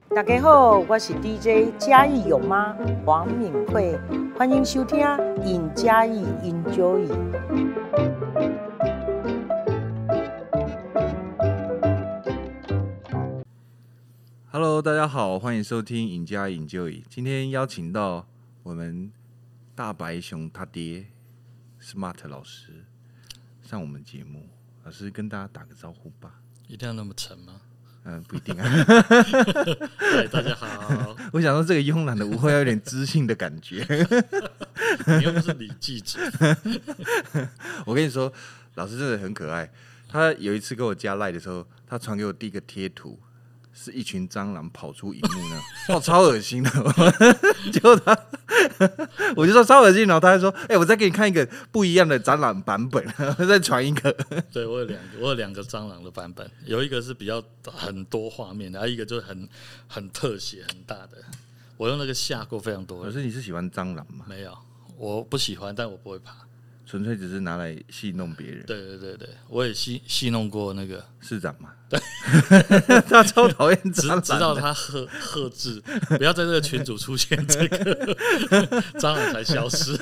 大家好，我是 DJ 嘉义有吗？黄敏慧，欢迎收听《In 嘉义 Enjoy》。 Hello， 大家好，欢迎收听《In 嘉义 Enjoy》。今天邀请到我们大白熊他爹 Smart 老师上我们节目。老师跟大家打个招呼吧。 一定要那么沉吗？ 不一定啊。 对，大家好。 我想说这个慵懒的舞会要有点知性的感觉。 你又不是李记者。 我跟你说，老师真的很可爱。他有一次跟我加 LINE 的时候，他传给我第一个贴图，是一群蟑螂跑出荧幕呢，哦，超恶心的。结果我就说超恶心，然后他还说：“我再给你看一个不一样的蟑螂版本。”再传一个。 对，我有两个蟑螂的版本，有一个是比较很多画面的，还有一个就是很特写很大的。我用那个下过非常多。 可是你是喜欢蟑螂吗？ 没有，我不喜欢，但我不会爬。 纯粹只是拿来戏弄别人。 对，我也戏弄过那个市长嘛。 对， 他超讨厌蟑螂， 直到他呵斥不要在这个群组出现这个蟑螂才消失。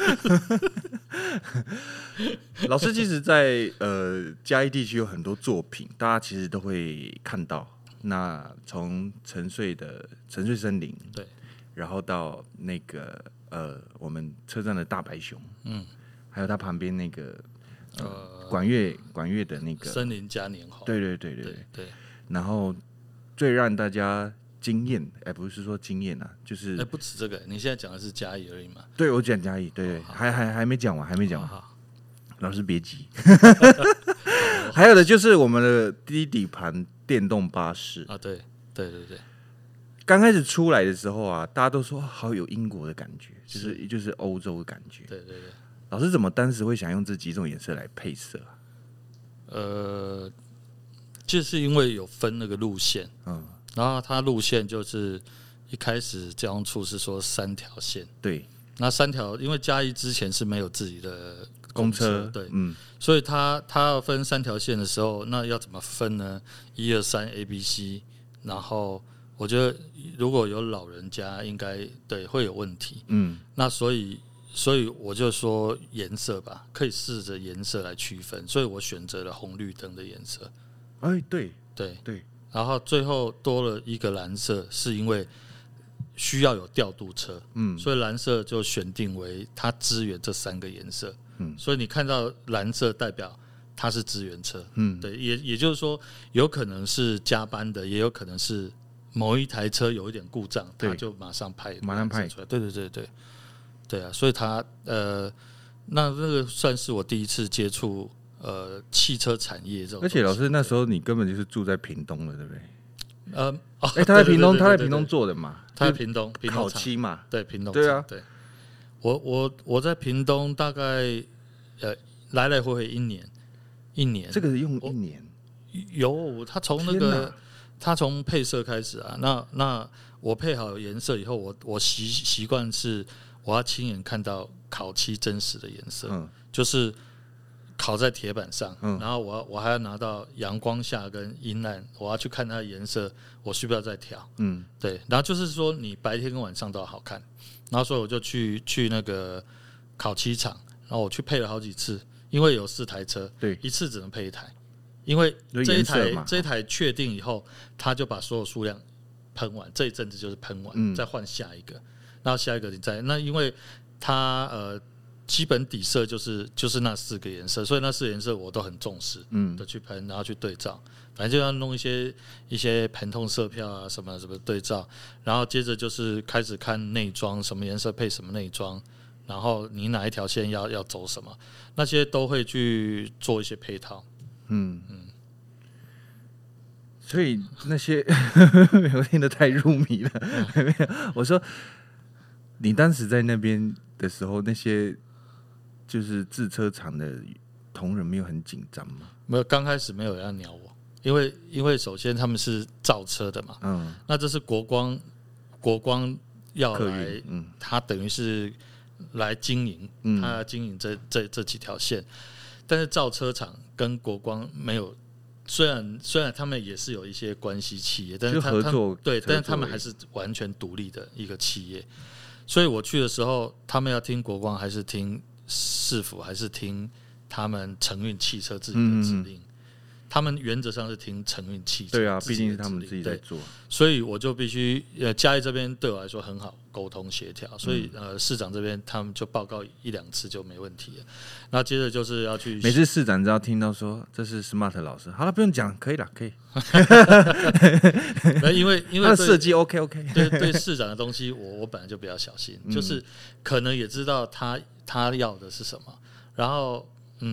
老师其实在嘉义地区有很多作品，大家其实都会看到。那从沉睡森林，对，然后到那个我们车站的大白熊，还有它旁边那个管乐的那个森林嘉年华， 对。然后最让大家惊艳，不是说惊艳啊，就是不止这个，你现在讲的是嘉义而已嘛？ 对，我讲嘉义，对，还没讲完，老师别急。还有的就是我们的低底盘电动巴士啊，对。 刚开始出来的时候啊，大家都说好有英国的感觉，就是欧洲的感觉。 对。 老师怎么当时会想用这几种颜色来配色啊？ 就是因为有分那个路线，然后它路线就是一开始交通处是说3条线，对，那3条，因为嘉义之前是没有自己的公车，对，所以他要分3条线的时候，那要怎么分呢？1、2、3 ABC， 然后我觉得如果有老人家，应该对会有问题，那所以我就说颜色吧，可以试着颜色来区分，所以我选择了红绿灯的颜色。 对， 然后最后多了一个蓝色，是因为需要有调度车，所以蓝色就选定为它支援这3个颜色，所以你看到蓝色代表它是支援车，对，也就是说有可能是加班的，也有可能是某一台车有一点故障，它就马上派出来，对啊，所以它那个算是我第一次接触汽车产业这种。 而且老师那时候你根本就是住在屏东了，对不对？ 他在屏东，他在屏东做的嘛， 他在屏东烤漆嘛， 对，屏东， 对啊， 对。我在屏东大概来来回回一年，这个用1年， 有他从那个他从配色开始啊，那我配好颜色以后，我习惯是我要亲眼看到烤漆真实的颜色，就是烤在铁板上，然后我还要拿到阳光下跟阴暗，我要去看它的颜色，我需不需要再调？对，然后就是说你白天跟晚上都要好看，然后所以我就去那个烤漆厂，然后我去配了好几次，因为有4台车，对，一次只能配1台，因为这一台确定以后，他就把所有数量喷完，这一阵子就是喷完，再换下一个，然后下一个你再那，因为它基本底色就是那4个颜色，所以那4个颜色我都很重视的去喷，然后去对照，反正就要弄一些盆痛色票啊什么对照，然后接着就是开始看内装，什么颜色配什么内装，然后你哪一条线要走什么，那些都会去做一些配套。 所以那些我听得太入迷了。我说你当时在那边的时候，那些就是制车厂的同仁没有很紧张吗？ 没有，刚开始没有人要鸟我，因为首先他们是造车的嘛，那这是国光要来，他等于是来经营，他要经营这几条线，但是造车厂跟国光没有虽然他们也是有一些关系企业，但是合作对，但是他们还是完全独立的一个企业。所以我去的时候，他们要听国光，还是听市府，还是听他们承运汽车自己的指令？他们原则上是听承运汽车， 对啊，毕竟是他们自己在做， 所以我就必须嘉义这边对我来说很好沟通协调，所以市长这边他们就报告1-2次就没问题了。那接着就是要去， 每次市长只要听到说这是 Smart 老师，好了，不用讲，可以了，可以。 因为他的设计 OK， 对市长的东西我本来就比较小心，就是可能也知道他要的是什么，然后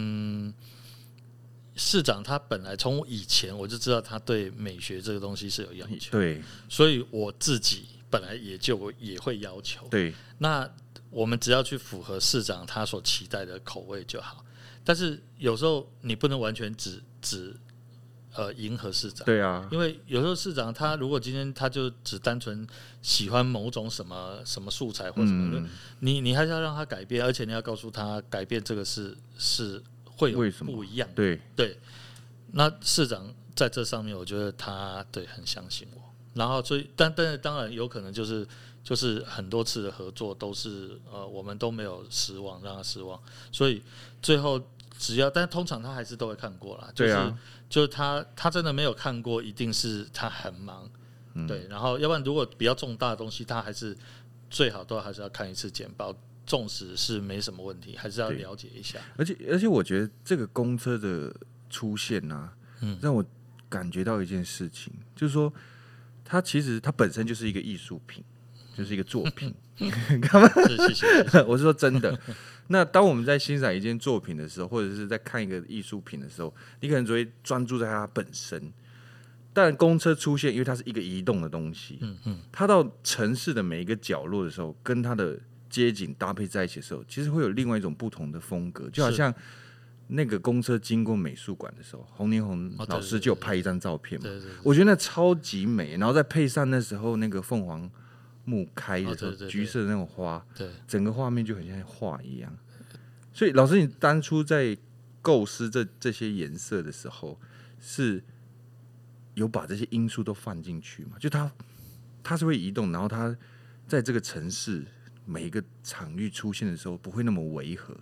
市长他本来从以前我就知道他对美学这个东西是有要求， 对， 所以我自己本来也会要求， 对。 那我们只要去符合市长他所期待的口味就好，但是有时候你不能完全只迎合市长， 对啊， 因为有时候市长他如果今天他就只单纯喜欢某种什么素材或什么，你还是要让他改变，而且你要告诉他改变这个是会有不一样的，对。那市长在这上面，我觉得他对很相信我，然后所以但当然有可能就是很多次的合作都是我们都没有失望，让他失望，所以最后只要，但通常他还是都会看过啦，就是他真的没有看过，一定是他很忙，对，然后要不然如果比较重大的东西，他还是最好都还是要看一次简报。纵使是没什么问题，还是要了解一下。 而且我觉得这个公车的出现啊，让我感觉到一件事情，就是说，它其实它本身就是一个艺术品，就是一个作品。 谢谢。 我是说真的。那当我们在欣赏一件作品的时候，或者是在看一个艺术品的时候，你可能只会专注在它本身。但公车出现，因为它是一个移动的东西，它到城市的每一个角落的时候，跟它的街景搭配在一起的时候，其实会有另外一种不同的风格，就好像那个公车经过美术馆的时候，洪年宏老师就有拍一张照片嘛，我觉得那超级美，然后再配上那时候那个凤凰木开的时候，橘色的那种花，整个画面就很像画一样。所以老师，你当初在构思这些颜色的时候，是有把这些因素都放进去吗？就它是会移动，然后它在这个城市每一个场域出现的时候，不会那么违和。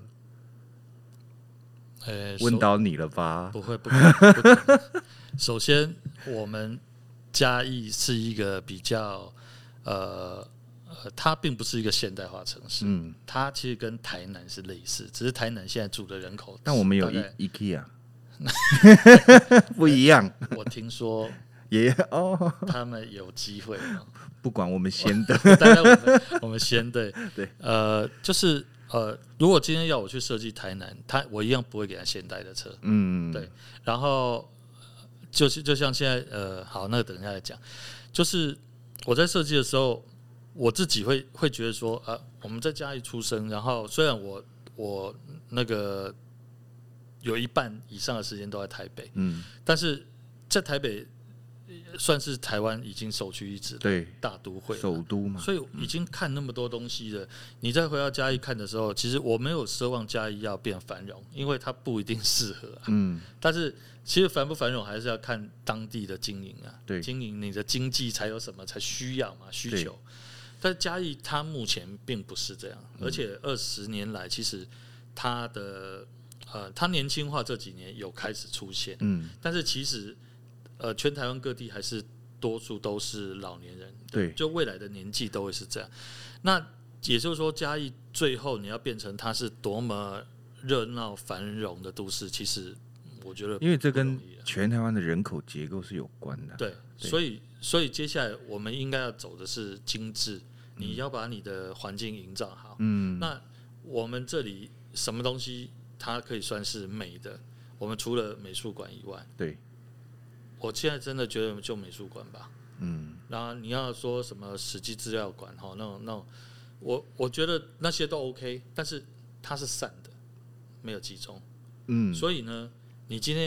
问到你了吧？ 不会。首先，我们嘉义是一个比较它并不是一个现代化城市，它其实跟台南是类似，只是台南现在住的人口， 但我们有 IKEA， 不一样。 我听说他们有机会， 不管我们先的， 大概我们先对，就是如果今天要我去设计台南，我一样不会给他现代的车，对。然后就像现在好，那个等一下再讲。就是我在设计的时候，我自己会觉得说，我们在嘉义出生，然后虽然我那个有一半以上的时间都在台北，但是在台北算是台湾已经首屈一指的大都会， 首都嘛， 所以已经看那么多东西了。你再回到嘉义看的时候，其实我没有奢望嘉义要变繁荣，因为它不一定适合但是其实繁不繁荣还是要看当地的经营啊，经营你的经济才有什么才需要嘛，需求。但嘉义它目前并不是这样，而且20年来其实它的它年轻化这几年有开始出现，但是其实全台湾各地还是多数都是老年人， 对， 就未来的年纪都会是这样。那也就是说，嘉义最后你要变成它是多么热闹繁荣的都市，其实我觉得因为这跟全台湾的人口结构是有关的， 对，所以接下来我们应该要走的是精致，你要把你的环境营造好。那我们这里什么东西它可以算是美的？我们除了美术馆以外， 对， 我现在真的觉得就美术馆吧。然后你要说什么史迹资料馆那种，我觉得那些都 OK， 但是它是散的，没有集中。所以呢，你今天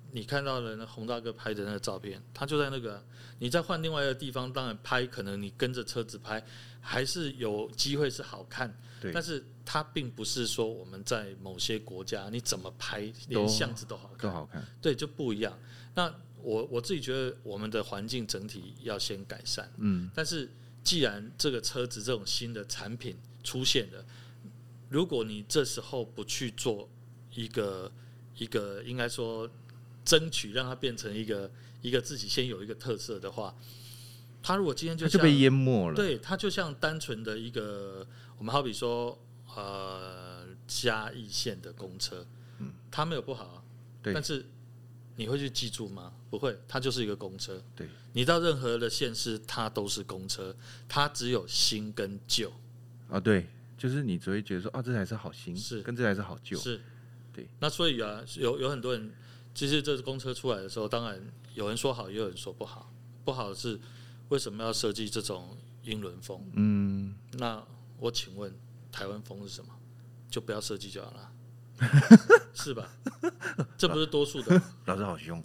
你看到了那洪大哥拍的那个照片，他就在那个，你再换另外一个地方，当然拍可能你跟着车子拍，还是有机会是好看，但是它并不是说我们在某些国家你怎么拍连巷子都好看，对，就不一样。那我自己觉得我们的环境整体要先改善，但是既然这个车子这种新的产品出现了，如果你这时候不去做一个应该说争取让它变成一个自己先有一个特色的话，它如果今天就被淹没了， 对，它就像单纯的一个我们好比说嘉义县的公车，它没有不好，但是你会去记住吗？不会，它就是一个公车。对，你到任何的县市，它都是公车，它只有新跟旧。 啊，对，就是你只会觉得说，这台是好新， 是跟这台是好旧。 是， 对。 那所以啊，有很多人，其实这公车出来的时候，当然有人说好，也有人说不好。不好的是为什么要设计这种英伦风？那我请问，台湾风是什么？就不要设计就好了。是吧？这不是多数的。 老师好凶。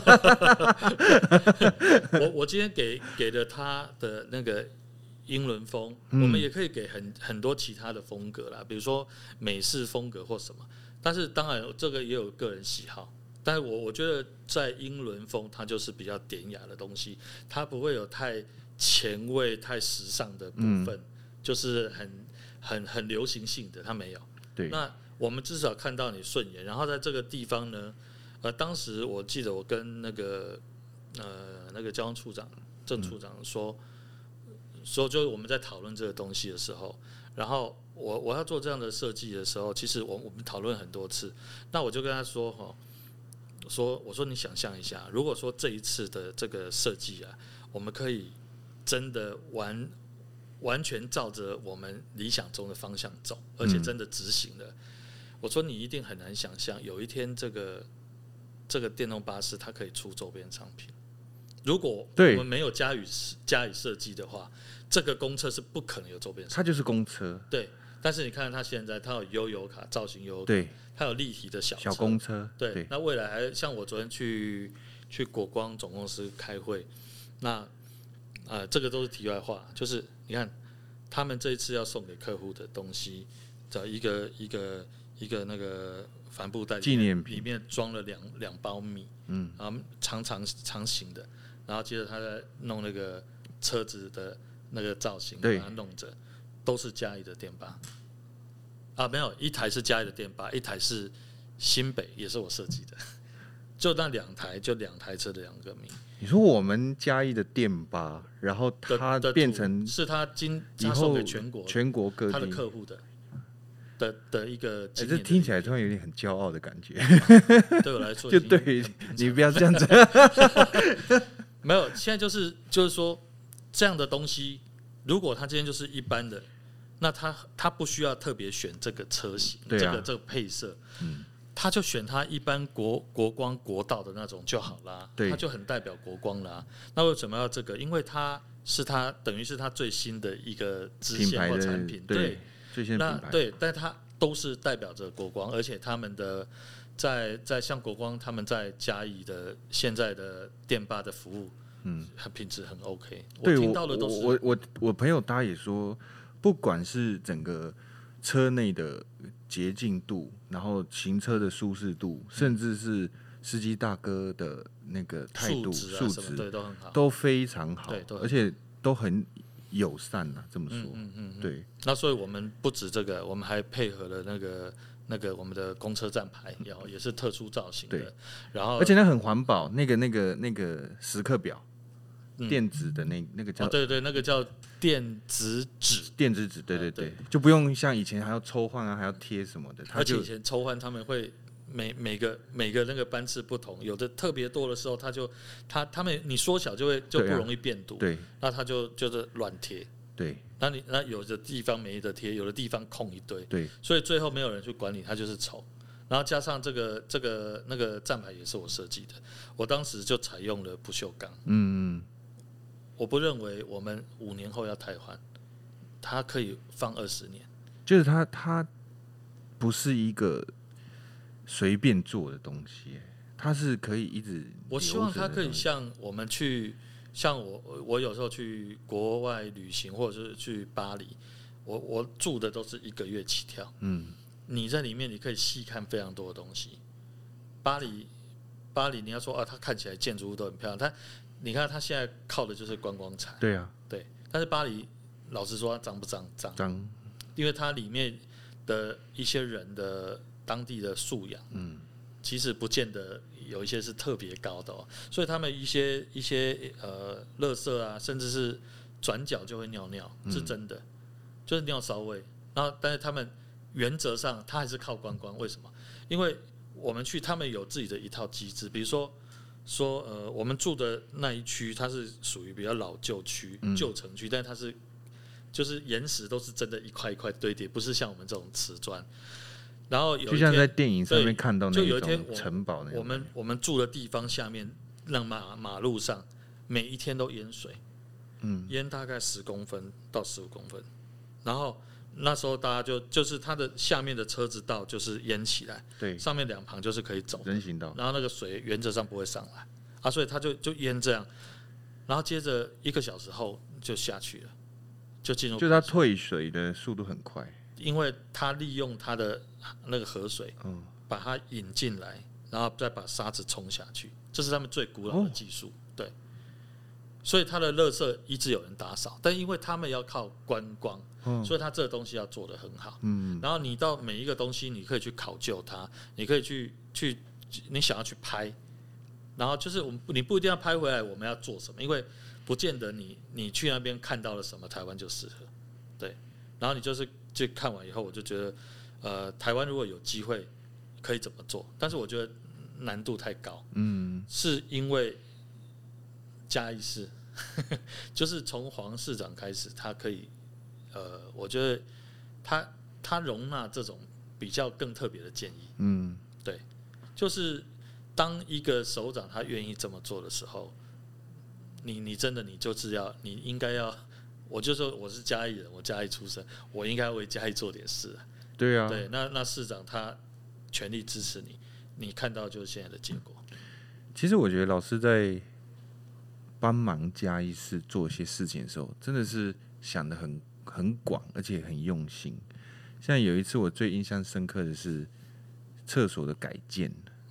我今天给了他的那个英伦风，我们也可以给很多其他的风格啦，比如说美式风格或什么。但是当然这个也有个人喜好，但是我觉得在英伦风它就是比较典雅的东西，它不会有太前卫、太时尚的部分，就是很流行性的，它没有。 对， 那我们至少看到你顺眼，然后在这个地方呢，当时我记得我跟那个交通处长郑处长说，就是我们在讨论这个东西的时候，然后我要做这样的设计的时候，其实我们讨论很多次，那我就跟他说我说你想象一下，如果说这一次的这个设计啊，我们可以真的完全照着我们理想中的方向走，而且真的执行了。我说你一定很难想象，有一天这个电动巴士它可以出周边商品。如果我们没有加以设计的话，这个公车是不可能有周边商品。 它就是公车。 对，但是你看它现在，它有悠游卡造型悠游卡， 对， 它有立体的小公车。 对，那未来还像我昨天去国光总公司开会，那这个都是题外话，就是你看他们这一次要送给客户的东西，找一个那个帆布袋纪念品， 里面装了两包米，然后长形的，然后接着他在弄那个车子的那个造型，把它弄着，都是嘉义的电巴。没有，一台是嘉义的电巴，一台是新北，也是我设计的。就那两台车的两个米。 你说我们嘉义的电巴，然后它变成是他送给全国各地他的客户的一个纪念的， 这听起来突然有点很骄傲的感觉。 对我来说， 就对你不要这样子。 没有，现在就是说这样的东西，如果他今天就是一般的，那他不需要特别选这个车型，这个配色，他就选他一般国光国道的那种就好啦，他就很代表国光啦。那为什么要这个？因为它是等于是他最新的一个支线或产品，对， 最新的品牌， 对，但它都是代表着国光，而且他们的在像国光他们在嘉义的现在的电巴的服务，品质很 OK。我听到的都是我朋友他也说，不管是整个车内的洁净度，然后行车的舒适度，甚至是司机大哥的那个态度、素质， 对，都很好， 都非常好， 对， 而且都很友善呐。这么说，对。 那所以我们不止这个，我们还配合了那个我们的公车站牌，也是特殊造型的，然后而且那很环保，那个时刻表。电子的那个叫对，那个叫电子纸， 对，就不用像以前还要抽换啊，还要贴什么的。 而且以前抽换他们会每个那个班次不同，有的特别多的时候，他们你缩小就不容易变堵， 对， 那他就是乱贴， 对， 那有的地方没得贴，有的地方空一堆， 对， 所以最后没有人去管理，他就是丑。然后加上那个站牌也是我设计的，我当时就采用了不锈钢，我不认为我们5年后要汰换，它可以放20年。 就是它不是一个随便做的东西， 它是可以一直。 我希望它可以像我们去，像我有时候去国外旅行，或者是去巴黎，我住的都是1个月起跳。你在里面你可以细看非常多的东西。巴黎你要说它看起来建筑物都很漂亮，你看它现在靠的就是观光财。 对啊， 对。但是巴黎老实说它脏不脏？ 脏， 因为它里面的一些人的当地的素养，其实不见得有一些是特别高的所以他们一些垃圾啊，甚至是转角就会尿尿，是真的，就是尿骚味。然后，但是他们原则上他还是靠观光，为什么？因为我们去，他们有自己的一套机制，比如说我们住的那一区，它是属于比较老旧区、旧城区，但是它是就是岩石都是真的一块一块堆叠，不是像我们这种瓷砖。然后就像在电影上面看到那种城堡那样。 我们住的地方下面，让马路上每一天都淹水，淹大概10公分到15公分。然后那时候大家就是它的下面的车子道就是淹起来，对，上面2旁就是可以走人行道， 然后那个水原则上不会上来所以它就淹这样。然后接着1个小时后就下去了，就进入就它退水的速度很快。 因为他利用他的那个河水，把它引进来，然后再把沙子冲下去，这是他们最古老的技术。对，所以他的垃圾一直有人打扫，但因为他们要靠观光，所以他这个东西要做得很好。然后你到每一个东西，你可以去考究它，你可以去你想要去拍，然后就是你不一定要拍回来我们要做什么，因为不见得你去那边看到了什么，台湾就适合。对，然后你就看完以后，我就觉得，台湾如果有机会可以怎么做，但是我觉得难度太高，是因为嘉义市就是从黄市长开始，他可以，我觉得他容纳这种比较更特别的建议，对，就是当一个首长他愿意这么做的时候，你真的你应该要。我就说我是嘉义人，我嘉义出生，我应该为嘉义做点事对啊， 对，那市长他全力支持你，你看到就是现在的结果。 其实我觉得老师在帮忙嘉义市做一些事情的时候，真的是想得很广，而且很用心。像有一次我最印象深刻的是厕所的改建，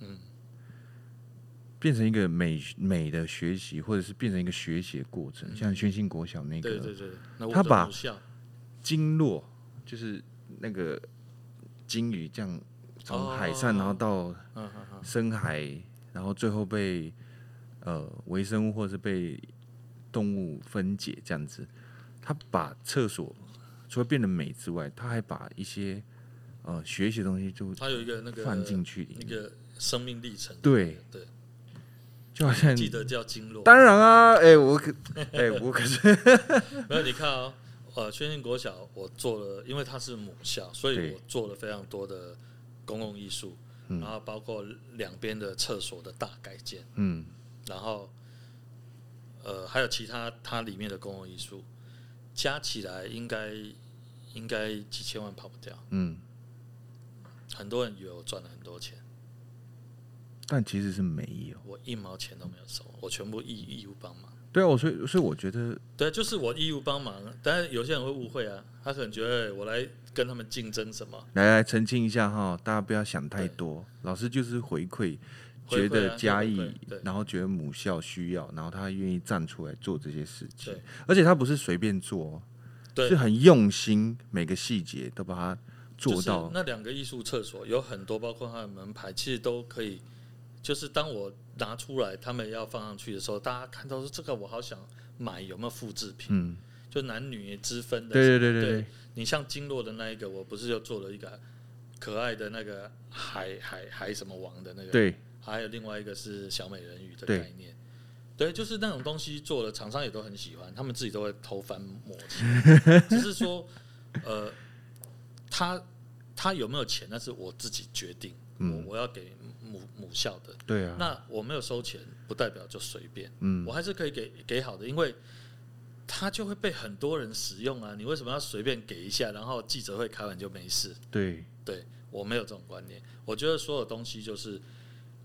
变成一个美的学习，或者是变成一个学习的过程。像宣信国小那个， 对， 他把经络就是那个鲸鱼这样从海上，然后到深海，然后最后被微生物或者是被动物分解这样子。他把厕所除了变得美之外，他还把一些学习的东西就他有一个那个放进去里面， 那个生命历程。 对。就好像记得叫经络， 当然啊，我可是没有你看宣信国小我做了，因为它是母校，所以我做了非常多的公共艺术，然后包括2边的厕所的大改建，然后还有其他它里面的公共艺术，加起来应该几千万跑不掉，很多人以为我赚了很多钱。 但其实是没有， 我1毛钱都没有收，我全部义务帮忙。 对啊，所以我觉得， 对，就是我义务帮忙。但是有些人会误会他可能觉得我来跟他们竞争什么。 来澄清一下大家不要想太多。老师就是回馈，觉得嘉义，然后觉得母校需要，然后他愿意站出来做这些事情。而且他不是随便做，是很用心，每个细节都把它做到。 那2个艺术厕所有很多，包括它的门牌，其实都可以。就是当我拿出来，他们要放上去的时候，大家看到说这个我好想买，有没有复制品？就男女之分的。对，你像经络的那一个，我不是就做了一个可爱的那个海什么王的那个， 对， 还有另外一个是小美人鱼的概念。对，就是那种东西做了，厂商也都很喜欢，他们自己都会偷翻模型。只是说，他有没有钱，那是我自己决定。我要给母校的， 对啊， 那我没有收钱，不代表就随便，我还是可以给好的，因为它就会被很多人使用啊。你为什么要随便给一下，然后记者会开完就没事？ 对， 我没有这种观念。我觉得所有东西就是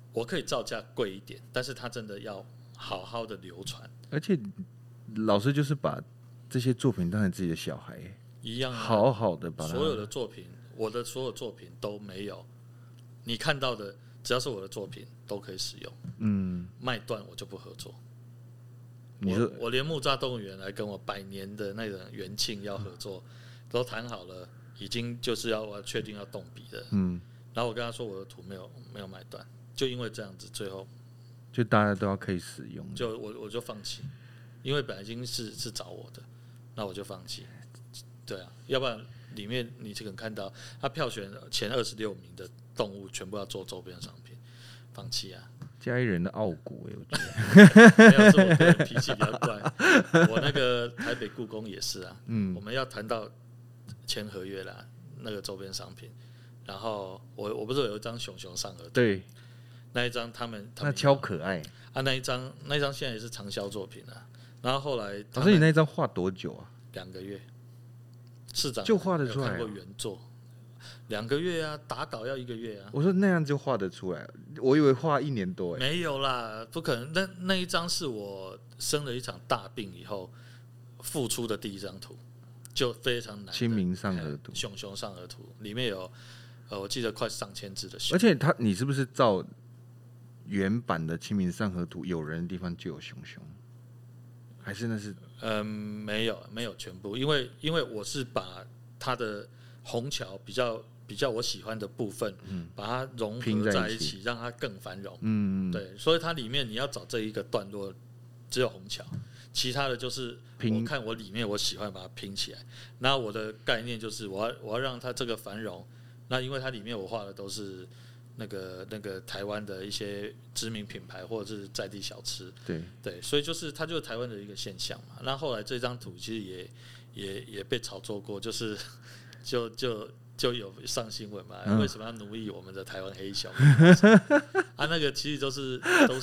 我可以造价贵一点，但是它真的要好好的流传。 而且老师就是把这些作品当成自己的小孩一样、啊， 好好的把它所有的作品，我的所有作品都没有你看到的，只要是我的作品都可以使用。卖断我就不合作。我连木栅动物园来跟我100年的那个元庆要合作，都谈好了，已经就是我确定要动笔的。然后我跟他说我的图没有买断，就因为这样子，最后就大家都要可以使用， 就我就放弃，因为本来已经是找我的，那我就放弃。对啊，要不然里面你可能看到他票选前26名的动物全部要做周边商品，放弃啊。 嘉义人的傲骨我觉得没有，是我个人脾气比较怪。我那个台北故宫也是啊，我们要谈到签合约啦，那个周边商品。然后我不是有一张熊熊上额图， 对， 那一张他们那超可爱啊，那一张现在也是长销作品啊。然后后来， 老师你那一张画多久啊 ？2个月，市长就画得出来， 看过原作。2个月啊，打稿要1个月啊。 我说那样就画得出来，我以为画1年多没有啦，不可能。那一张是我生了一场大病以后付出的第一张图，就非常难。 清明上河图， 熊熊上河图里面有我记得快上千字的熊。 而且你是不是照原版的清明上河图有人的地方就有熊熊？还是那是没有全部，因为我是把它的虹桥比较我喜欢的部分，把它融合在一起，让它更繁荣。对，所以它里面你要找这一个段落，只有虹桥，其他的就是我看我里面我喜欢把它拼起来。那我的概念就是我要让它这个繁荣。那因为它里面我画的都是那个台湾的一些知名品牌或者是在地小吃，对，所以它就是台湾的一个现象嘛。那后来这张图其实也被炒作过，就是就有上新闻嘛，为什么要奴役我们的台湾黑熊？那个其实都是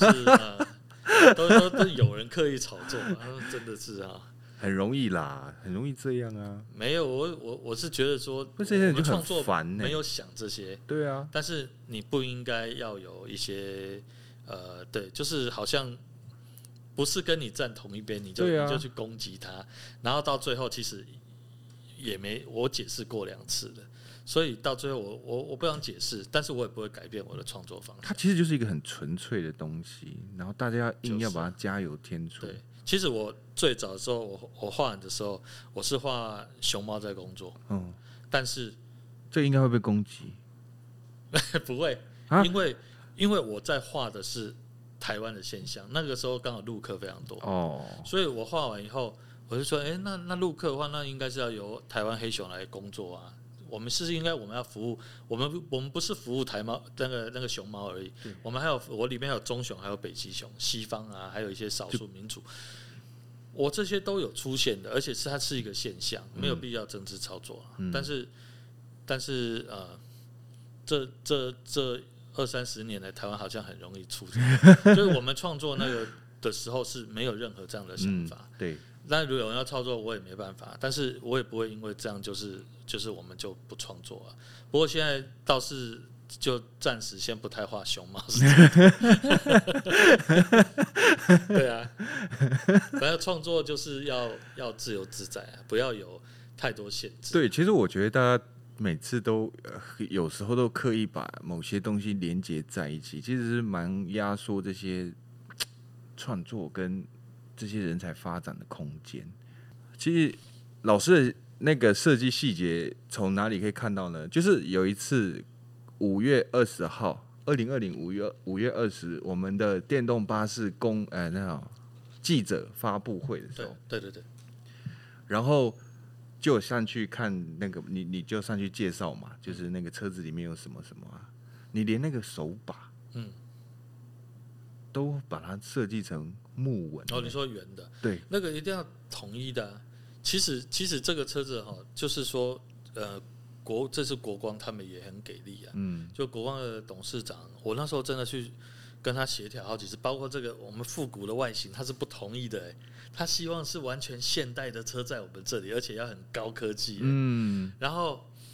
都有人刻意炒作嘛，真的是啊。 很容易啦，很容易这样啊。 没有，我是觉得说， 这些人就创作很烦没有想这些。 对啊， 但是你不应该要有一些对，就是好像不是跟你站同一边，你就去攻击他，然后到最后其实也没我解释过2次的，所以到最后我不想解释，但是我也不会改变我的创作方式。 它其实就是一个很纯粹的东西，然后大家硬要把它加油添醋。 对，其实我最早的时候，我画的时候，我是画熊猫在工作，但是这应该会被攻击， 不会，因为我在画的是台湾的现象，那个时候刚好陆客非常多所以我画完以后，我就说，那陆客的话，那应该是要由台湾黑熊来工作啊。我们是应该我们要服务我们不是服务台猫那个熊猫而已，我们还有我里面还有棕熊，还有北极熊、西方啊，还有一些少数民族，我这些都有出现的，而且它是一个现象，没有必要政治操作但是这20-30年来，台湾好像很容易出就是我们创作那个的时候是没有任何这样的想法， 对。 那如果有人要操作，我也没办法，但是我也不会因为这样就是我们就不创作了。不过现在倒是就暂时先不太画熊猫，对啊，反正创作就是要自由自在啊，不要有太多限制。 对，其实我觉得大家每次都有时候都刻意把某些东西连接在一起，其实是蛮压缩这些创作跟这些人才发展的空间。其实老师的那个设计细节从哪里可以看到呢？就是有一次5月20号，2020 5月20，我们的电动巴士记者发布会的时候， 对， 然后就上去看那个你就上去介绍嘛，就是那个车子里面有什么什么啊，你连那个手把，都把它设计成木纹。 你说圆的， 对， 那个一定要统一的啊。其实这个车子就是说，这次国光他们也很给力啊。就国光的董事长，我那时候真的去跟他协调好几次，包括这个我们复古的外形，他是不同意的。他希望是完全现代的车在我们这里，而且要很高科技。然后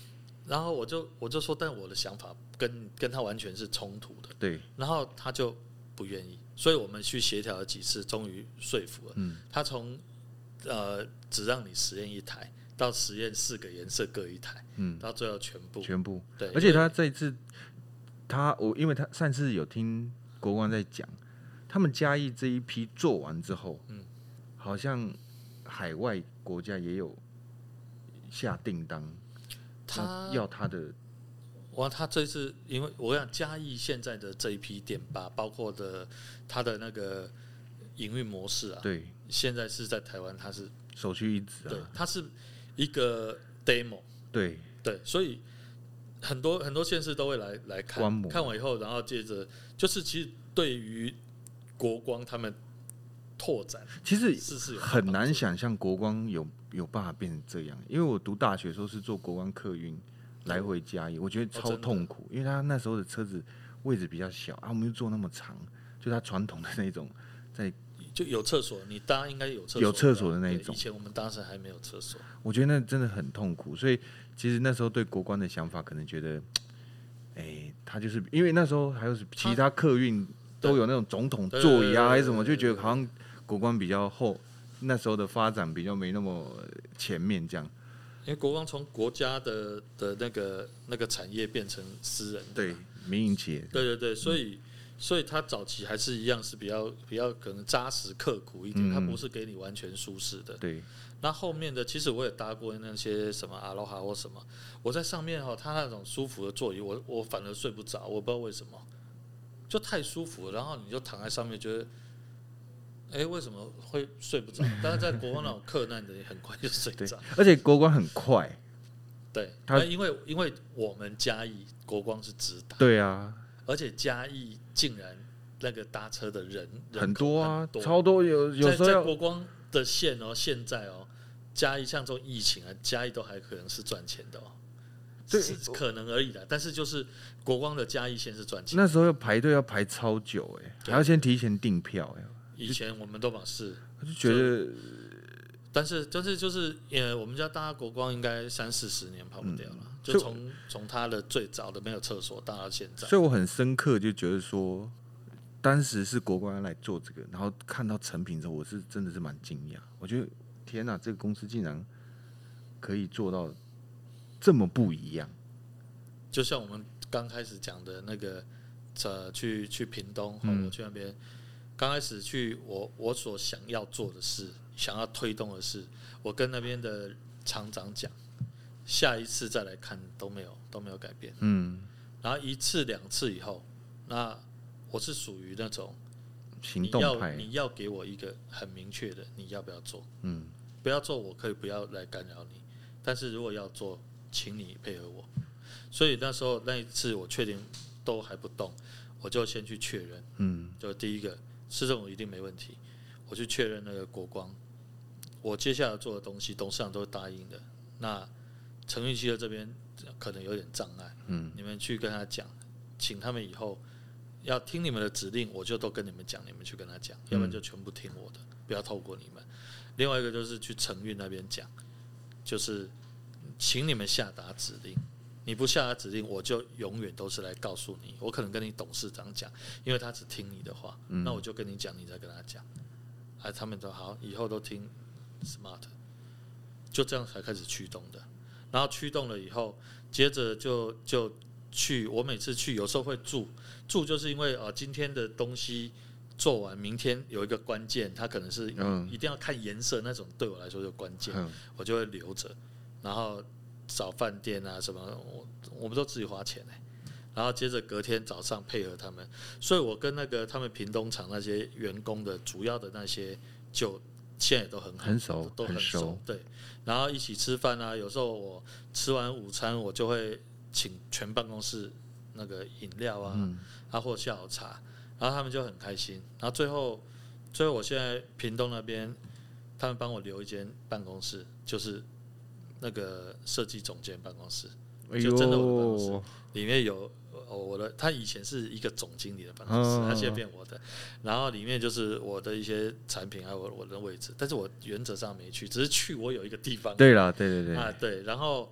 然后我就说，但我的想法跟他完全是冲突的， 对， 然后他就不愿意，所以我们去协调了几次，终于说服了。他从只让你实验一台，到实验4个颜色各一台，到最后全部。对， 而且他这一次，因为他上次有听国光在讲，他们嘉义这一批做完之后，好像海外国家也有下订单，要他的。 他这次，因为我想嘉义现在的这一批点吧，包括他的那个营运模式啊， 对， 现在是在台湾，它是首屈一指啊， 对，它是一个 demo， 对， 所以很多县市都会来看完以后，然后接着就是其实对于国光他们拓展， 其实很难想象国光有办法变成这样，因为我读大学的时候是坐国光客运来回嘉义，我觉得超痛苦，因为他那时候的车子位置比较小啊，我们又坐那么长，就他传统的那种就有厕所，你搭应该有厕所的那一种。 以前我们当时还没有厕所， 我觉得那真的很痛苦。所以其实那时候对国光的想法，可能觉得，他就是因为那时候还有其他客运都有那种总统座椅啊，还是什么，就觉得好像国光比较后，那时候的发展比较没那么前面这样。 因为国光从国家的那个产业变成私人的， 对，民营企业， 对，所以他早期还是一样是比较可能扎实刻苦一点，他不是给你完全舒适的。 对， 那后面的其实我也搭过那些什么阿罗哈或什么，我在上面他那种舒服的座椅，我反而睡不着，我不知道为什么，就太舒服了，然后你就躺在上面觉得。为什么会睡不着？但是在国光那种克难的，很快就睡着。 而且国光很快。 对，因为我们嘉义国光是直达。 对啊。 而且嘉义竟然那个搭车的人很多啊，超多，有时候在国光的线现在嘉义像这种疫情啊，嘉义都还可能是赚钱的对，可能而已啦。但是就是国光的嘉义线是赚钱。 那时候要排队要排超久还要先提前订票以前我们都把事， 我就觉得， 但是就是我们家搭国光应该30-40年跑不掉了，就从它的最早的没有厕所搭到现在。 所以我很深刻就觉得说，当时是国光来做这个，然后看到成品之后，我是真的是蛮惊讶。我觉得天哪，这个公司竟然可以做到这么不一样。 就像我们刚开始讲的那个，去屏东，我去那边。刚开始去我所想要做的事，想要推动的事，我跟那边的厂长讲，下一次再来看都没有改变。然后1次2次以后，那我是属于那种行动派， 你要给我一个很明确的，你要不要做？不要做，我可以不要来干扰你，但是如果要做，请你配合我。所以那一次我确定都还不动，我就先去确认。就第一个。市政府一定没问题，我去确认那个国光，我接下来做的东西，董事长都答应的。那承运企业这边可能有点障碍，你们去跟他讲，请他们以后要听你们的指令，我就都跟你们讲，你们去跟他讲，要不然就全部听我的，不要透过你们。另外一个就是去承运那边讲，就是请你们下达指令。你不下达指令，我就永远都是来告诉你。我可能跟你董事长讲，因为他只听你的话，那我就跟你讲，你再跟他讲。他们都好，以后都听 smart， 就这样才开始驱动的。然后驱动了以后，接着就去。我每次去，有时候会住，就是因为今天的东西做完，明天有一个关键，它可能是一定要看颜色那种，对我来说就关键，我就会留着，然后。找饭店啊什么，我们都自己花钱然后接着隔天早上配合他们，所以我跟他们屏东厂那些员工的主要的那些，就现在也都很熟， 都很熟，对。然后一起吃饭啊，有时候我吃完午餐，我就会请全办公室那个饮料啊，或下午茶，然后他们就很开心。然后最后我现在屏东那边，他们帮我留一间办公室，就是。那个设计总监办公室，就真的我的办公室里面有他以前是一个总经理的办公室，他现在变我的，然后里面就是我的一些产品还有我的位置，但是我原则上没去，只是去我有一个地方。 对啦，对对，然后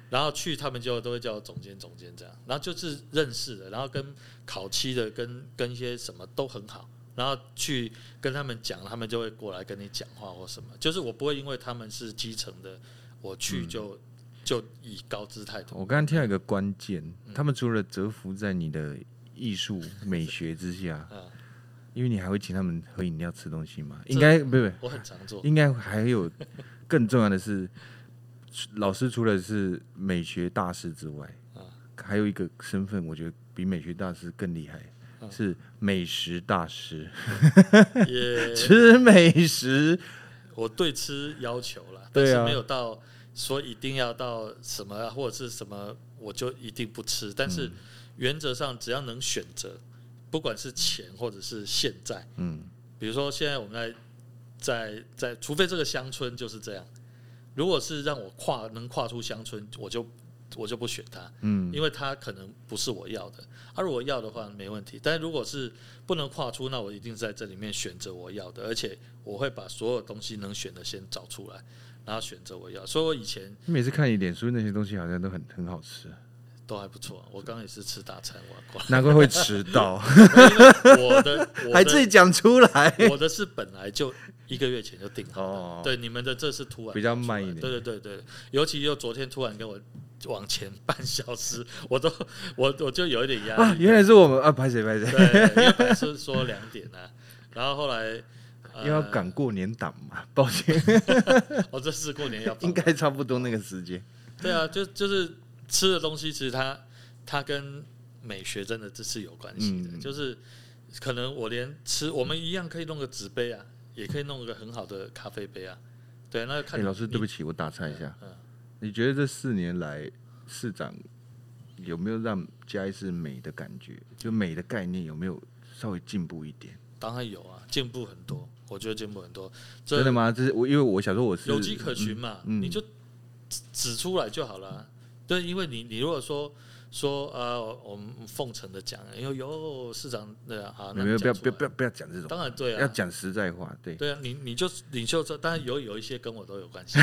然后去他们就都会叫我总监这样，然后就是认识的，然后跟烤漆的跟一些什么都很好，然后去跟他们讲，他们就会过来跟你讲话或什么，就是我不会因为他们是基层的，我去就以高姿态。 我刚刚听到一个关键，他们除了折服在你的艺术美学之下，因为你还会请他们喝饮料吃东西嘛，应该不， 我很常做， 应该还有更重要的是。老师除了是美学大师之外，还有一个身份，我觉得比美学大师更厉害，是美食大师。吃美食， 我对吃要求啦，但是没有到说一定要到什么或者是什么我就一定不吃，但是原则上只要能选择，不管是钱或者是现在，比如说现在我们在除非这个乡村就是这样。如果是让我能跨出乡村，我就不选它，因为它可能不是我要的。如果要的话没问题，但是如果是不能跨出，那我一定在这里面选择我要的，而且我会把所有东西能选的先找出来，然后选择我要。所以我以前每次看你脸书那些东西，好像都很好吃， 都还不错。我刚刚也是吃大餐， 难怪会迟到。 我的还自己讲出来， 我的是本来就1个月前就订好的，对，你们的这是突然比较慢一点， 对，尤其又昨天突然跟我往前半小时，我就有一点压力。 原来是我们拍谁？ 对，因为本来是说2点啊，然后后来因为要赶过年档嘛，抱歉。 这次过年要应该差不多那个时间。 对啊，就是吃的东西，其实它跟美学真的这是有关系的，就是可能我连吃，我们一样可以弄个纸杯啊。也可以弄个很好的咖啡杯啊，对，那看老师，对不起，我打岔一下，你觉得这4年来市长有没有让嘉义市美的感觉？就美的概念有没有稍微进步一点？ 当然有啊，进步很多，我觉得进步很多。 真的吗？这是因为我想说我是有迹可循嘛，你就指出来就好了。对，因为你如果说我们奉承的讲，有市长对啊， 没有不要讲这种， 当然对啊， 要讲实在话，对对啊，你就当然有一些跟我都有关系，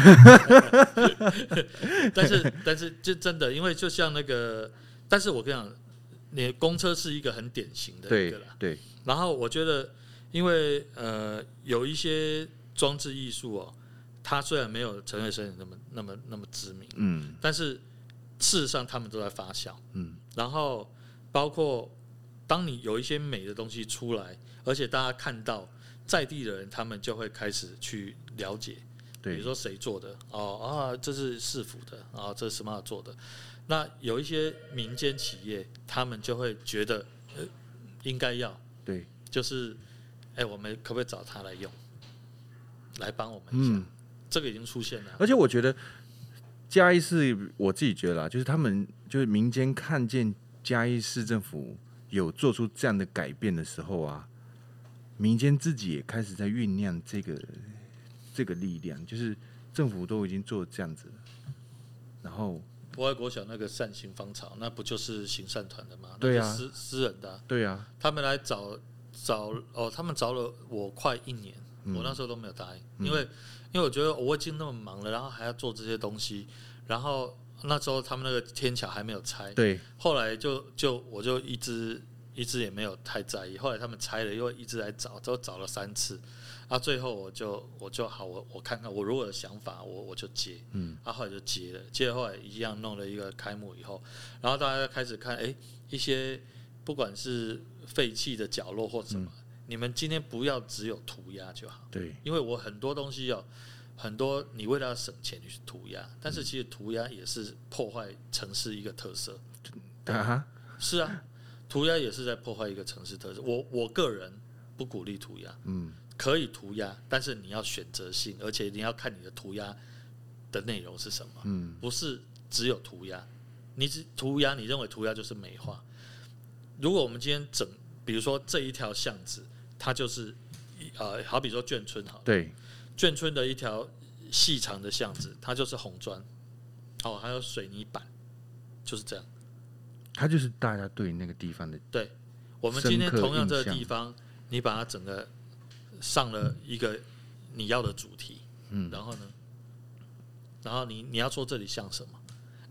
但是就真的，因为就像那个，但是我跟你讲，你公车是一个很典型的一个啦， 对。 然后我觉得，因为有一些装置艺术哦，它虽然没有陈慧生那么知名，但是。事实上，他们都在发酵。然后包括当你有一些美的东西出来，而且大家看到在地的人，他们就会开始去了解，比如说谁做的这是市府的这是什么做的。那有一些民间企业，他们就会觉得应该要对， 就是我们可不可以找他来用，来帮我们一下？这个已经出现了， 而且我觉得。嘉义市，我自己觉得啦，就是他们就是民间看见嘉义市政府有做出这样的改变的时候啊，民间自己也开始在酝酿这个力量，就是政府都已经做这样子了，然后博爱国小那个善行芳草，那不就是行善团的吗？ 对啊， 私人的， 对啊， 他们来找他们找了我快1年，我那时候都没有答应，因为我觉得我已经那么忙了，然后还要做这些东西，然后那时候他们那个天桥还没有拆， 对， 后来我就一直也没有太在意，后来他们拆了又一直在找，都找了3次，最后我就好，我看看我如果有想法，我就接，后来就接了，后来一样弄了一个开幕以后，然后大家开始看，一些不管是废弃的角落或什么。你们今天不要只有涂鸦就好， 对， 因为我很多东西很多你为了要省钱你去涂鸦，但是其实涂鸦也是破坏城市一个特色，是啊，涂鸦也是在破坏一个城市特色。我个人不鼓励涂鸦，可以涂鸦，但是你要选择性，而且你要看你的涂鸦的内容是什么，不是只有涂鸦。你涂鸦，你认为涂鸦就是美化？如果我们今天比如说这一条巷子。它就是好比说眷村好， 对， 眷村的一条细长的巷子，它就是红砖，还有水泥板，就是这样。 它就是大家对那个地方的。 对，我们今天同样这个地方，你把它整个上了一个你要的主题，然后呢，然后你要说这里像什么？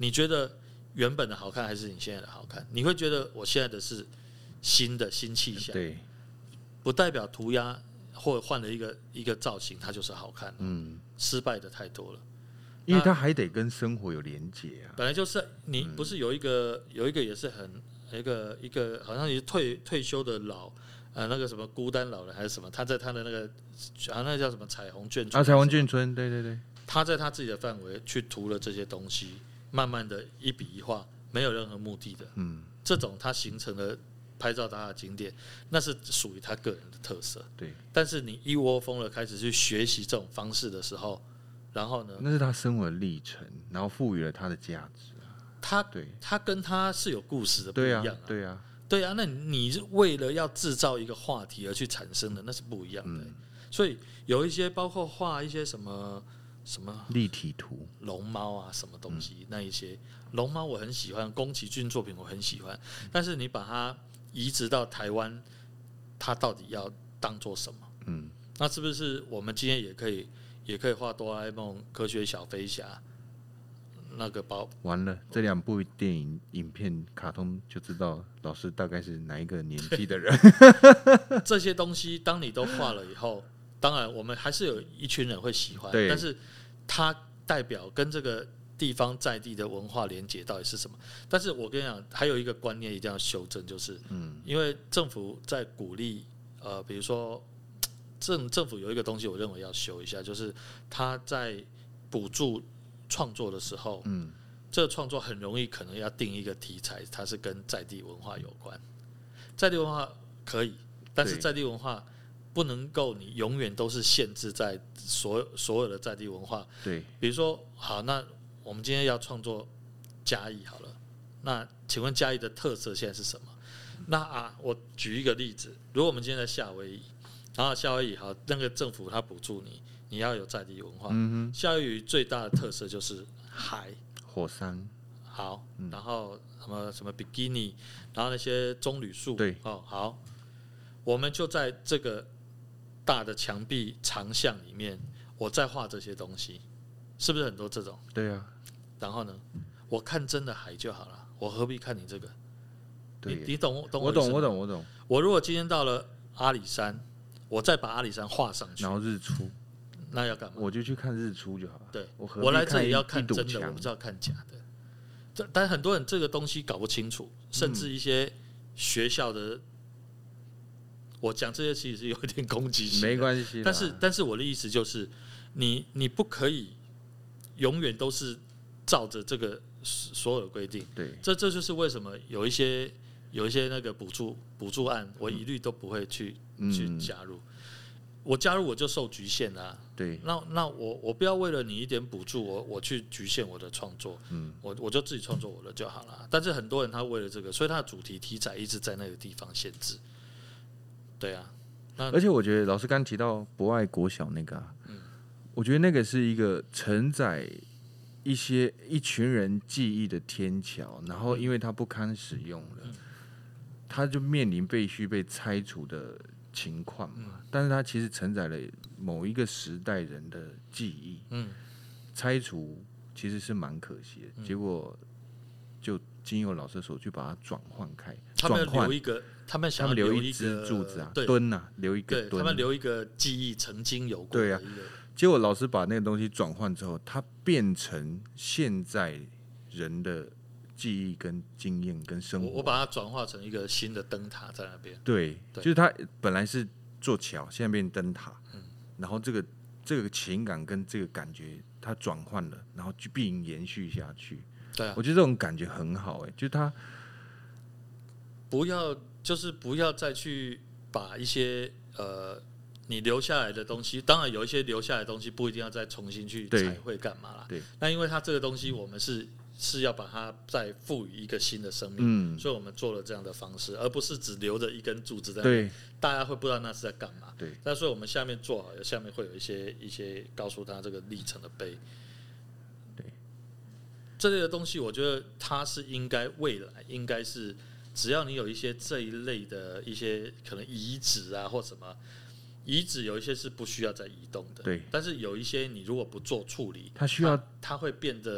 你觉得原本的好看还是你现在的好看？你会觉得我现在的是新气象， 对， 不代表涂鸦或换了一个造型，它就是好看。失败的太多了， 因为它还得跟生活有连结啊。 本来就是你不是有一个也是很一个好像也是退休的那个什么孤单老人还是什么，他在他的那个那个叫什么彩虹眷村彩虹眷村，对对对， 他在他自己的范围去涂了这些东西，慢慢的一笔一画，没有任何目的的，这种他形成了拍照打卡景点，那是属于他个人的特色。 对， 但是你一窝蜂的开始去学习这种方式的时候，然后呢？ 那是他生活的历程，然后赋予了他的价值啊。 他跟他是有故事的不一样啊。对啊，那你是为了要制造一个话题而去产生的，那是不一样的。所以有一些包括画一些什么立体图、 龙猫啊，什么东西，那一些龙猫我很喜欢，宫崎骏作品我很喜欢，但是你把它移植到台湾，它到底要当做什么？那是不是我们今天也可以画哆啦 A 梦、科学小飞侠？那个完了，这2部电影、影片、卡通就知道老师大概是哪一个年纪的人。 这些东西当你都画了以后，当然我们还是有一群人会喜欢，但是它代表跟这个地方在地的文化连结到底是什么？但是我跟你讲，还有一个观念一定要修正，就是因为政府在鼓励比如说政府有一个东西，我认为要修一下，就是他在补助创作的时候，这个创作很容易可能要定一个题材，它是跟在地文化有关。在地文化可以，但是在地文化不能够你永远都是限制在所有的在地文化。 对， 比如说，好，那我们今天要创作嘉义好了，那请问嘉义的特色现在是什么？那我举一个例子，如果我们今天在夏威夷，然后夏威夷好，那个政府它补助你要有在地文化。夏威夷最大的特色就是海、 火山， 好，然后什么比基尼，然后那些棕榈树， 对， 好，我们就在这个大的墙壁长巷里面，我再画这些东西，是不是很多这种？ 对啊。 然后呢，我看真的海就好了，我何必看你这个？你懂我懂。我懂。 我如果今天到了阿里山，我再把阿里山画上去， 然后日出。 那要干嘛？ 我就去看日出就好了。 对，我来这里要看真的，我不是要看假的。但很多人这个东西搞不清楚，甚至一些学校的，我讲这些其实是有一点攻击性， 没关系。 但是我的意思就是，你不可以永远都是照着这个所有的规定。 对， 这就是为什么有一些那个补助案，我一律都不会去加入。我加入我就受局限啊。 对， 那我不要为了你一点补助，我去局限我的创作。我就自己创作我的就好了。但是很多人他为了这个，所以他的主题题材一直在那个地方限制。对啊， 而且我觉得老师刚提到博爱国小那个我觉得那个是一个承载一群人记忆的天桥，然后因为它不堪使用了，它就面临必须被拆除的情况嘛。但是它其实承载了某一个时代人的记忆，拆除其实是蛮可惜的。结果就经由老师手去把它转换开， 他们留一个，他们想要留一支柱子墩留一个墩， 他们留一个记忆曾经有过的一个。 结果老师把那个东西转换之后，它变成现在人的记忆跟经验跟生活。 我把它转化成一个新的灯塔在那边。 对，就是它本来是座桥，现在变灯塔。然后这个情感跟这个感觉它转换了，然后就必然延续下去。 对啊， 我觉得这种感觉很好就是它不要再去把一些你留下来的东西，当然有一些留下来的东西不一定要再重新去彩绘干嘛啦。 对， 那因为它这个东西我们是要把它再赋予一个新的生命，所以我们做了这样的方式，而不是只留着一根柱子在那边，大家会不知道那是在干嘛。 对， 那所以我们下面做好，下面会有一些告诉他这个历程的碑。 对， 这类的东西，我觉得它是未来应该是，只要你有一些这一类的一些可能遗址啊或什么。遗址有一些是不需要再移动的， 对。 但是有一些你如果不做处理， 它需要， 它会变得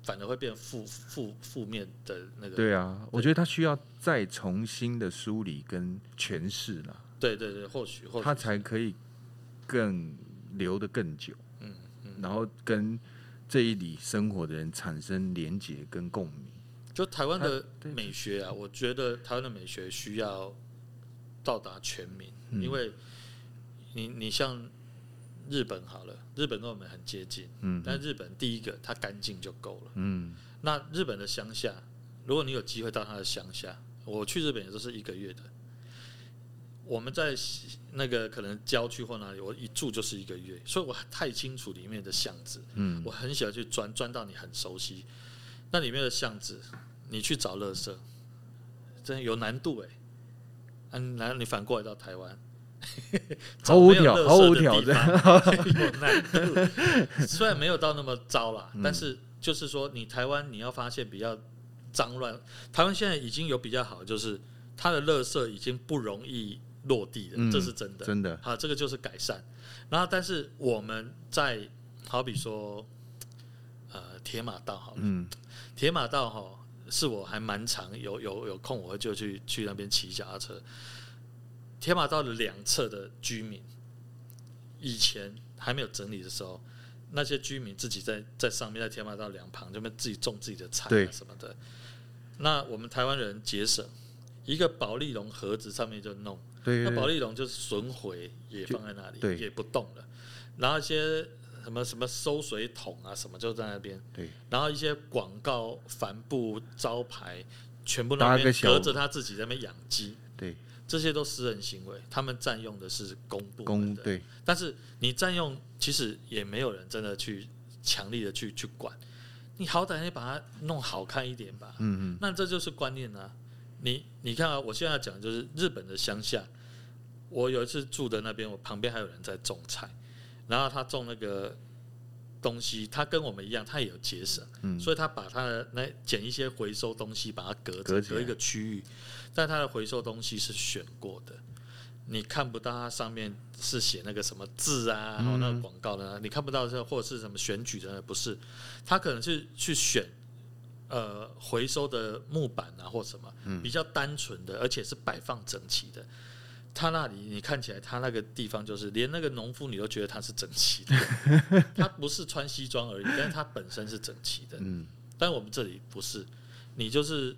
反而会变负面的那个。 对啊，我觉得他需要再重新的梳理跟诠释啦。 对对对，或许他才可以更留得更久。然后跟这一里生活的人产生连结跟共鸣。 就台湾的美学啊，我觉得台湾的美学需要到达全民，因为你像日本好了，日本跟我们很接近，但日本第一个它干净就够了，那日本的乡下，如果你有机会到它的乡下，我去日本也都是1个月的。我们在那个可能郊区或哪里，我一住就是1个月，所以我太清楚里面的巷子，我很喜欢去钻到你很熟悉。那里面的巷子，你去找垃圾，真的有难度然后你反过来到台湾， 毫无挑战， 有难度。虽然没有到那么糟啦，但是就是说，你台湾你要发现比较脏乱，台湾现在已经有比较好，就是它的垃圾已经不容易落地了，这是真的， 真的。 好，这个就是改善。然后，但是我们在好比说，铁马道好了，铁马道是我还蛮常有空我就去那边骑脚踏车。铁马道的2侧的居民，以前还没有整理的时候，那些居民自己在上面，在铁马道2旁这边自己种自己的菜什么的。那我们台湾人节省，一个保丽龙盒子上面就弄，那保丽龙就是损毁也放在那里，也不动了。然后一些什么收水桶啊什么就在那边，然后一些广告帆布招牌全部那边隔着他自己在那边养鸡，这些都私人行为，他们占用的是公部门的，但是你占用其实也没有人真的去强力的去管，你好歹你把它弄好看一点吧，那这就是观念啊。你看啊，我现在讲的就是日本的乡下，我有一次住的那边，我旁边还有人在种菜，然后他种那个东西，他跟我们一样，他也有节省，所以他把他的捡一些回收东西，把它隔一个区域，但他的回收东西是选过的，你看不到它上面是写那个什么字啊，那个广告的，你看不到这或者是什么选举的，不是，他可能是去选。回收的木板啊，或什么比较单纯的，而且是摆放整齐的。他那里你看起来，他那个地方就是连那个农夫你都觉得他是整齐的，他不是穿西装而已，但是他本身是整齐的。但我们这里不是，你就是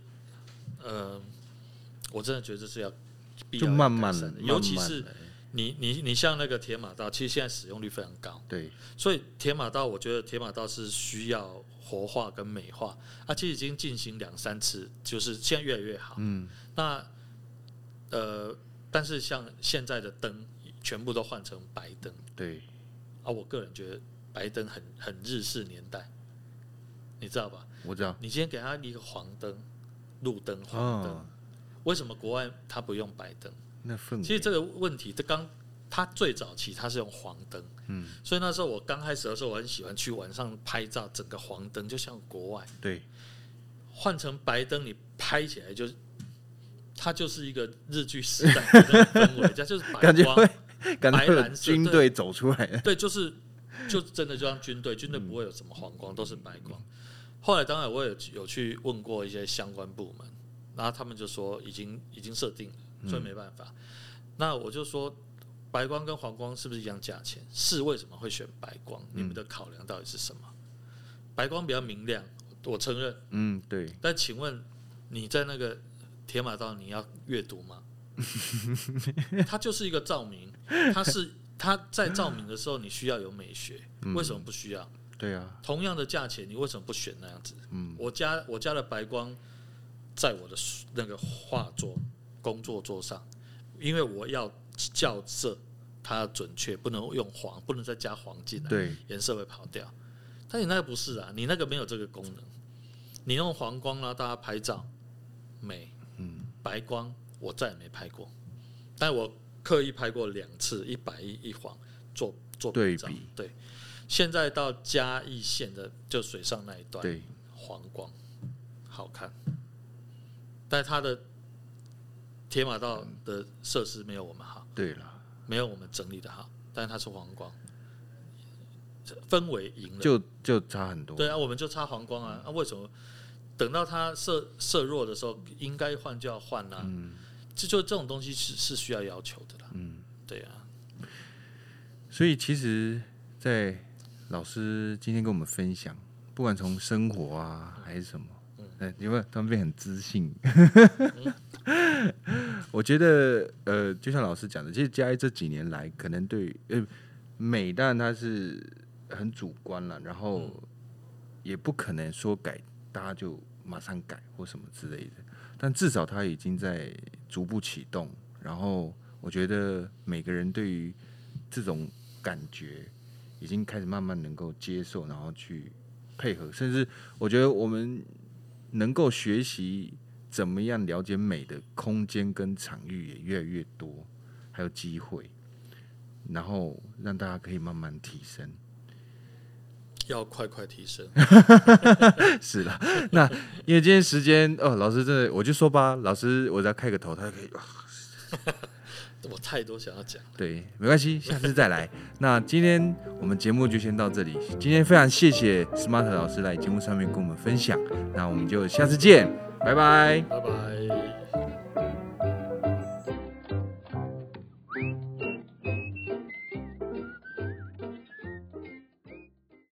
我真的觉得这是要必要慢慢的， 尤其是你像那个铁马道，其实现在使用率非常高，所以铁马道，我觉得铁马道是需要活化跟美化，其实已经进行2、3次，就是现在越来越好。那但是像现在的灯全部都换成白灯，我个人觉得白灯很日式年代，你知道吧？ 我知道。 你今天给他一个黄灯、路灯、黄灯，为什么国外他不用白灯？ 那氛围其实这个问题，他最早期他是用黄灯，所以那时候我刚开始的时候，我很喜欢去晚上拍照，整个黄灯就像国外，换成白灯，你拍起来它就是一个日剧时代的氛围，它就是白光，白蓝色， 军队走出来了， 就真的就像军队不会有什么黄光，都是白光。后来当然我有去问过一些相关部门，然后他们就说已经设定了，所以没办法。那我就说，白光跟黄光是不是一样价钱？是，为什么会选白光？你们的考量到底是什么？白光比较明亮，我承认， 对。 但请问你在那个铁马道，你要阅读吗？它就是一个照明，它在照明的时候，你需要有美学，为什么不需要？ 对啊， 同样的价钱，你为什么不选那样子？我家的白光在我的那个画桌工作桌上，因为我要校色，它要准确，不能用黄，不能再加黄进来，颜色会跑掉。但你那个不是啊，你那个没有这个功能，你用黄光让大家拍照美，白光我再也没拍过，但我刻意拍过2次，一白一黄做对比， 对。 现在到嘉义县的就水上那一段，黄光好看，但它的铁马道的设施没有我们好， 对了， 没有我们整理的好，但是它是黄光， 氛围赢了， 就差很多。 对啊，我们就差黄光啊，为什么等到他色弱的时候，应该换就要换啊？这种东西是需要要求的啦。对啊。 所以其实，在老师今天跟我们分享，不管从生活啊还是什么，有没有他们变很知性？我觉得就像老师讲的，其实嘉义这几年来，可能对美，当然它是很主观了，然后也不可能说改，大家就马上改或什么之类的。但至少它已经在逐步启动，然后我觉得每个人对于这种感觉已经开始慢慢能够接受，然后去配合，甚至我觉得我们能够学习怎么样了解美的空间跟场域也越来越多，还有机会，然后让大家可以慢慢提升。 要快提升。 是啦，那因为今天时间老师真的，我就说吧，老师我只要开个头，他就可以。 我太多想要讲， 对，没关系，下次再来。那今天我们节目就先到这里。今天非常谢谢 Smart 老师来节目上面跟我们分享，那我们就下次见，拜拜， 拜拜。